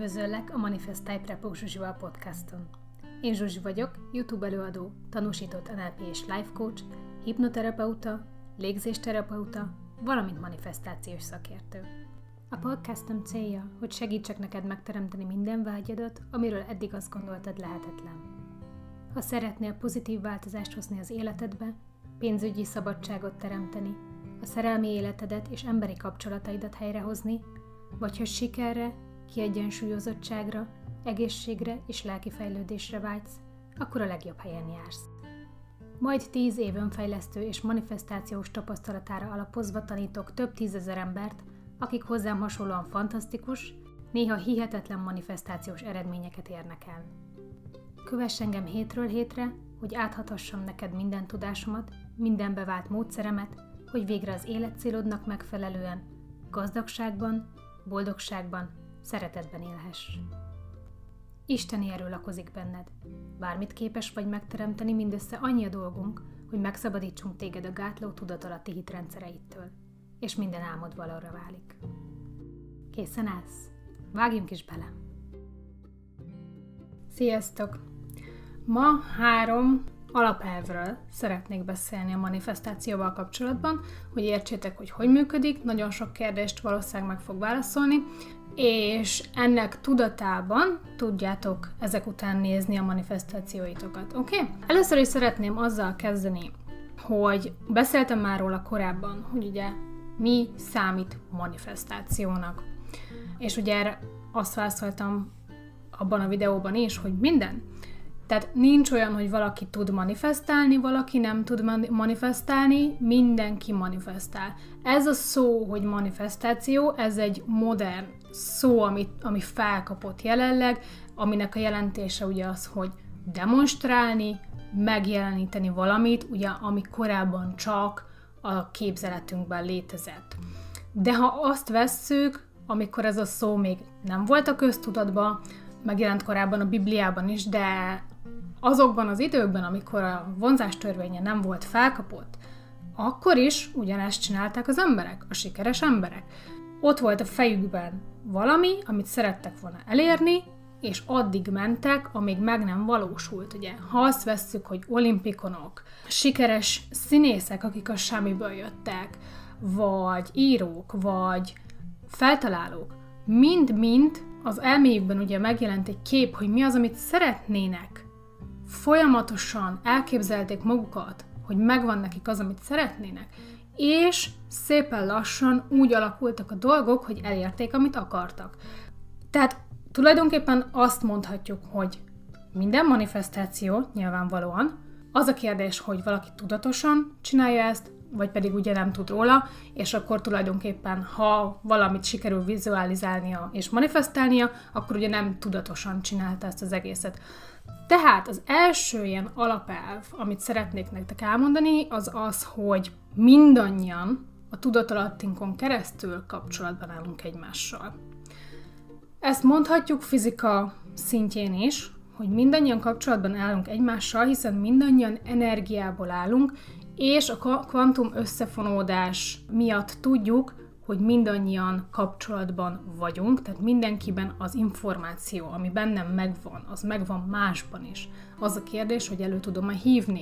Üdvözöllek a Manifestáj Prepó Zsuzsival podcaston. Én Zsuzsi vagyok, YouTube előadó, tanúsított NLP és life coach, hipnoterapeuta, légzésterapeuta, valamint manifestációs szakértő. A podcastom célja, hogy segítsek neked megteremteni minden vágyadat, amiről eddig azt gondoltad lehetetlen. Ha szeretnél pozitív változást hozni az életedbe, pénzügyi szabadságot teremteni, a szerelmi életedet és emberi kapcsolataidat helyrehozni, vagy ha sikerre, kiegyensúlyozottságra, egészségre és lelki fejlődésre vágysz, akkor a legjobb helyen jársz. Majd 10 év önfejlesztő és manifestációs tapasztalatára alapozva tanítok több tízezer embert, akik hozzám hasonlóan fantasztikus, néha hihetetlen manifestációs eredményeket érnek el. Kövess engem hétről hétre, hogy áthathassam neked minden tudásomat, minden bevált módszeremet, hogy végre az életcélodnak megfelelően, gazdagságban, boldogságban, szeretetben élhess. Isteni erő lakozik benned. Bármit képes vagy megteremteni, mindössze annyi a dolgunk, hogy megszabadítsunk téged a gátló tudatalatti hitrendszereittől, és minden álmod valóra válik. Készen állsz? Vágjunk is bele! Sziasztok! Ma 3 alapelvről szeretnék beszélni a manifestációval kapcsolatban, hogy értsétek, hogy működik, nagyon sok kérdést valószínűleg meg fog válaszolni, és ennek tudatában tudjátok ezek után nézni a manifestációitokat, oké? Először is szeretném azzal kezdeni, hogy beszéltem már róla korábban, hogy ugye mi számít manifestációnak. És ugye erre azt válaszoltam abban a videóban is, hogy minden. Tehát nincs olyan, hogy valaki tud manifestálni, valaki nem tud manifestálni, mindenki manifestál. Ez a szó, hogy manifestáció, ez egy modern szó, ami felkapott jelenleg, aminek a jelentése ugye az, hogy demonstrálni, megjeleníteni valamit, ugye, ami korábban csak a képzeletünkben létezett. De ha azt vesszük, amikor ez a szó még nem volt a köztudatban, megjelent korábban a Bibliában is, de azokban az időkben, amikor a vonzás törvénye nem volt felkapott, akkor is ugyanezt csinálták az emberek, a sikeres emberek. Ott volt a fejükben valami, amit szerettek volna elérni, és addig mentek, amíg meg nem valósult, ugye. Ha azt vesszük, hogy olimpikonok, sikeres színészek, akik a semmiből jöttek, vagy írók, vagy feltalálók, mind-mind az elméjükben ugye megjelent egy kép, hogy mi az, amit szeretnének. Folyamatosan elképzelték magukat, hogy megvan nekik az, amit szeretnének, és szépen lassan úgy alakultak a dolgok, hogy elérték, amit akartak. Tehát tulajdonképpen azt mondhatjuk, hogy minden manifestáció nyilvánvalóan. Az a kérdés, hogy valaki tudatosan csinálja ezt, vagy pedig ugye nem tud róla, és akkor tulajdonképpen, ha valamit sikerül vizualizálnia és manifestálnia, akkor ugye nem tudatosan csinálta ezt az egészet. Tehát az első ilyen alapelv, amit szeretnék nektek elmondani, az az, hogy mindannyian a tudatalattinkon keresztül kapcsolatban állunk egymással. Ezt mondhatjuk fizika szintjén is, hogy mindannyian kapcsolatban állunk egymással, hiszen mindannyian energiából állunk, és a kvantum összefonódás miatt tudjuk, hogy mindannyian kapcsolatban vagyunk, tehát mindenkiben az információ, ami bennem megvan, az megvan másban is. Az a kérdés, hogy elő tudom-e hívni.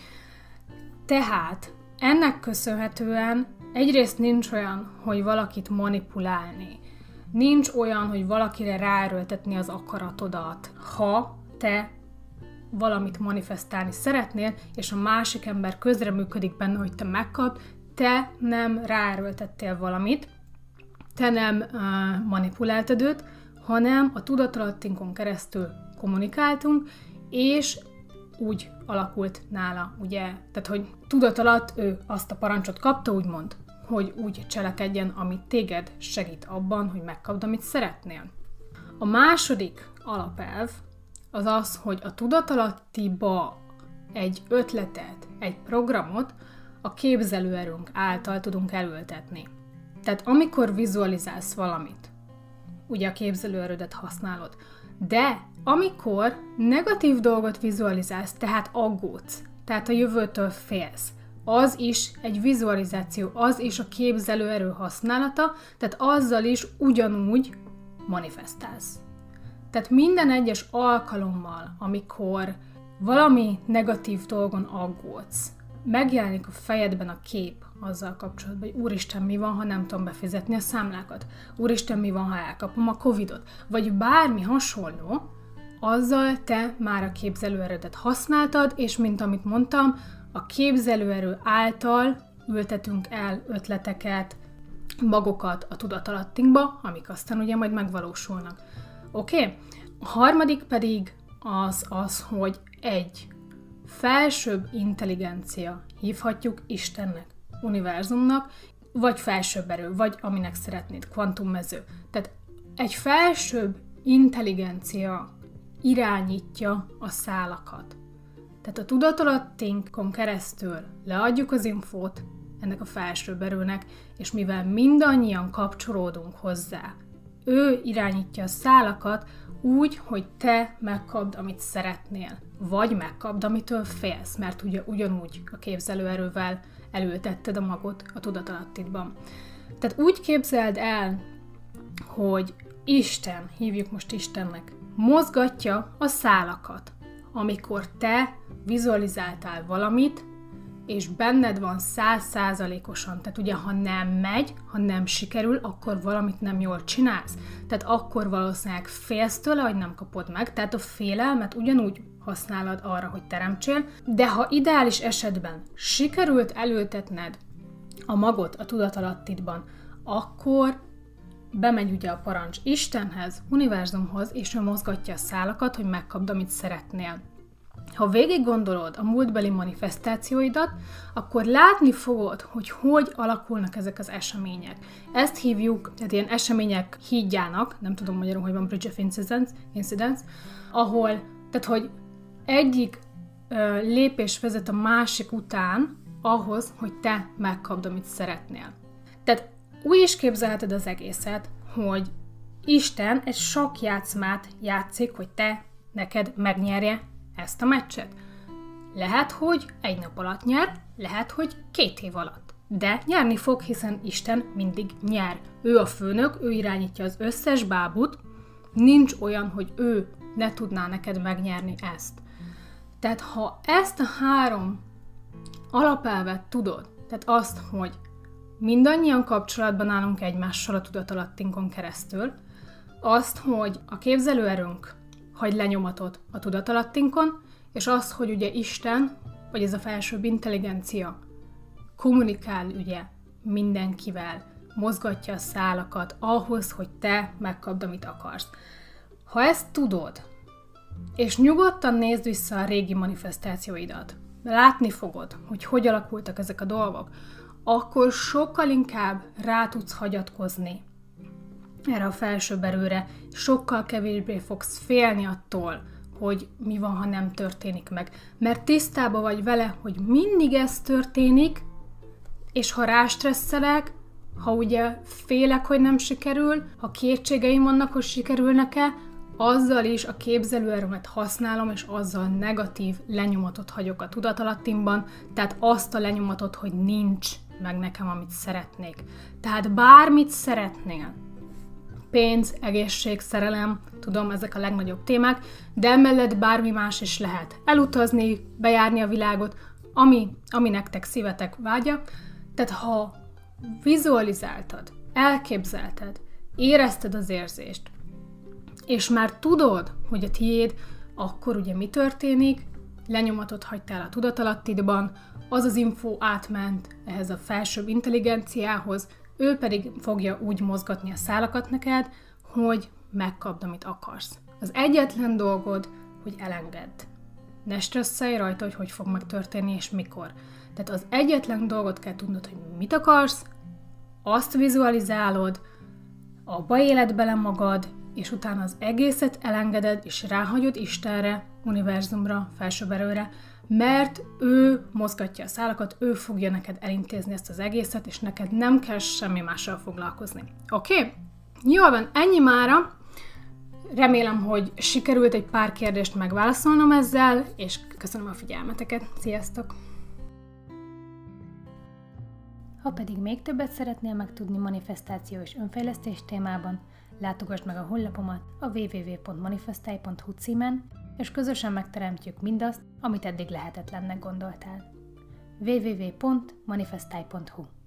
Tehát ennek köszönhetően egyrészt nincs olyan, hogy valakit manipulálni. Nincs olyan, hogy valakire ráerőltetni az akaratodat, ha te valamit manifestálni szeretnél, és a másik ember közreműködik benne, hogy te megkapd, te nem ráerőltettél valamit, te nem manipuláltad őt, hanem a tudatalattinkon keresztül kommunikáltunk, és úgy alakult nála, ugye? Tehát, hogy tudatalatt ő azt a parancsot kapta, úgymond, hogy úgy cselekedjen, amit téged segít abban, hogy megkapd, amit szeretnél. A második alapelv az az, hogy a tudatalattiba egy ötletet, egy programot a képzelőerőnk által tudunk elültetni. Tehát amikor vizualizálsz valamit, ugye a képzelőerődet használod, de amikor negatív dolgot vizualizálsz, tehát aggódsz, tehát a jövőtől félsz, az is egy vizualizáció, az is a képzelőerő használata, tehát azzal is ugyanúgy manifestálsz. Tehát minden egyes alkalommal, amikor valami negatív dolgon aggódsz, megjelenik a fejedben a kép azzal kapcsolatban, hogy úristen, mi van, ha nem tudom befizetni a számlákat? Úristen, mi van, ha elkapom a Covidot? Vagy bármi hasonló, azzal te már a képzelőerődet használtad, és mint amit mondtam, a képzelőerő által ültetünk el ötleteket, magokat a tudatalattinkba, amik aztán ugye majd megvalósulnak. Oké? A harmadik pedig az, hogy egy felsőbb intelligencia, hívhatjuk Istennek, univerzumnak, vagy felsőbb erő, vagy aminek szeretnéd, kvantummező. Tehát egy felsőbb intelligencia irányítja a szálakat. Tehát a tudatalattinkon keresztül leadjuk az infót ennek a felsőbb erőnek, és mivel mindannyian kapcsolódunk hozzá, ő irányítja a szálakat úgy, hogy te megkapd, amit szeretnél, vagy megkapd, amitől félsz, mert ugye ugyanúgy a képzelőerővel elültetted a magot a tudatalattidban. Tehát úgy képzeld el, hogy Isten, hívjuk most Istennek, mozgatja a szálakat, amikor te vizualizáltál valamit, és benned van 100%-osan. Tehát ugye, ha nem megy, ha nem sikerül, akkor valamit nem jól csinálsz. Tehát akkor valószínűleg félsz tőle, hogy nem kapod meg. Tehát a félelmet ugyanúgy használod arra, hogy teremtsél, de ha ideális esetben sikerült elültetned a magot a tudatalattidban, akkor bemegy ugye a parancs Istenhez, univerzumhoz, és ő mozgatja a szálakat, hogy megkapd, amit szeretnél. Ha végig gondolod a múltbeli manifestációidat, akkor látni fogod, hogy alakulnak ezek az események. Ezt hívjuk, tehát ilyen események hídjának, nem tudom magyarul, hogy van Bridge of Incidents, ahol, tehát hogy egyik lépés vezet a másik után ahhoz, hogy te megkapd, amit szeretnél. Tehát úgy is képzelheted az egészet, hogy Isten egy sakkjátszmát játszik, hogy neked megnyerje ezt a meccset. Lehet, hogy egy nap alatt nyer, lehet, hogy 2 év alatt. De nyerni fog, hiszen Isten mindig nyer. Ő a főnök, ő irányítja az összes bábut, nincs olyan, hogy ő ne tudná neked megnyerni ezt. Tehát ha ezt a 3 alapelvet tudod, tehát azt, hogy mindannyian kapcsolatban állunk egymással a tudatalattinkon keresztül, azt, hogy a képzelőerőnk hagy lenyomatot a tudatalattinkon, és az, hogy ugye Isten, vagy ez a felsőbb intelligencia kommunikál ugye mindenkivel, mozgatja a szálakat ahhoz, hogy te megkapd, amit akarsz. Ha ezt tudod, és nyugodtan nézd vissza a régi manifestációidat, látni fogod, hogy alakultak ezek a dolgok, akkor sokkal inkább rá tudsz hagyatkozni erre a felsőbb erőre, sokkal kevésbé fogsz félni attól, hogy mi van, ha nem történik meg. Mert tisztában vagy vele, hogy mindig ez történik, és ha rástresszelek, ha ugye félek, hogy nem sikerül, ha kétségeim vannak, hogy sikerülnek-e, azzal is a képzelőerőmet használom, és azzal negatív lenyomatot hagyok a tudatalattimban, tehát azt a lenyomatot, hogy nincs meg nekem, amit szeretnék. Tehát bármit szeretnél, pénz, egészség, szerelem, tudom, ezek a legnagyobb témák, de emellett bármi más is lehet. Elutazni, bejárni a világot, ami nektek szívetek vágya. Tehát ha vizualizáltad, elképzelted, érezted az érzést, és már tudod, hogy a tiéd, akkor ugye mi történik, lenyomatot hagytál a tudatalattidban, az az info átment ehhez a felsőbb intelligenciához, ő pedig fogja úgy mozgatni a szálakat neked, hogy megkapd, amit akarsz. Az egyetlen dolgod, hogy elengedd. Ne stresszelj rajta, hogy fog megtörténni és mikor. Tehát az egyetlen dolgot kell tudnod, hogy mit akarsz, azt vizualizálod, abba éled bele magad, és utána az egészet elengeded, és ráhagyod Istenre, univerzumra, felsőbb erőre, mert ő mozgatja a szálakat, ő fogja neked elintézni ezt az egészet, és neked nem kell semmi mással foglalkozni. Oké? Jól van, ennyi mára. Remélem, hogy sikerült egy pár kérdést megválaszolnom ezzel, és köszönöm a figyelmeteket. Sziasztok! Ha pedig még többet szeretnél megtudni manifestáció és önfejlesztés témában, Látogasd meg a honlapomat a www.manifestai.hu címen, és közösen megteremtjük mindazt, amit eddig lehetetlennek gondoltál. www.manifestai.hu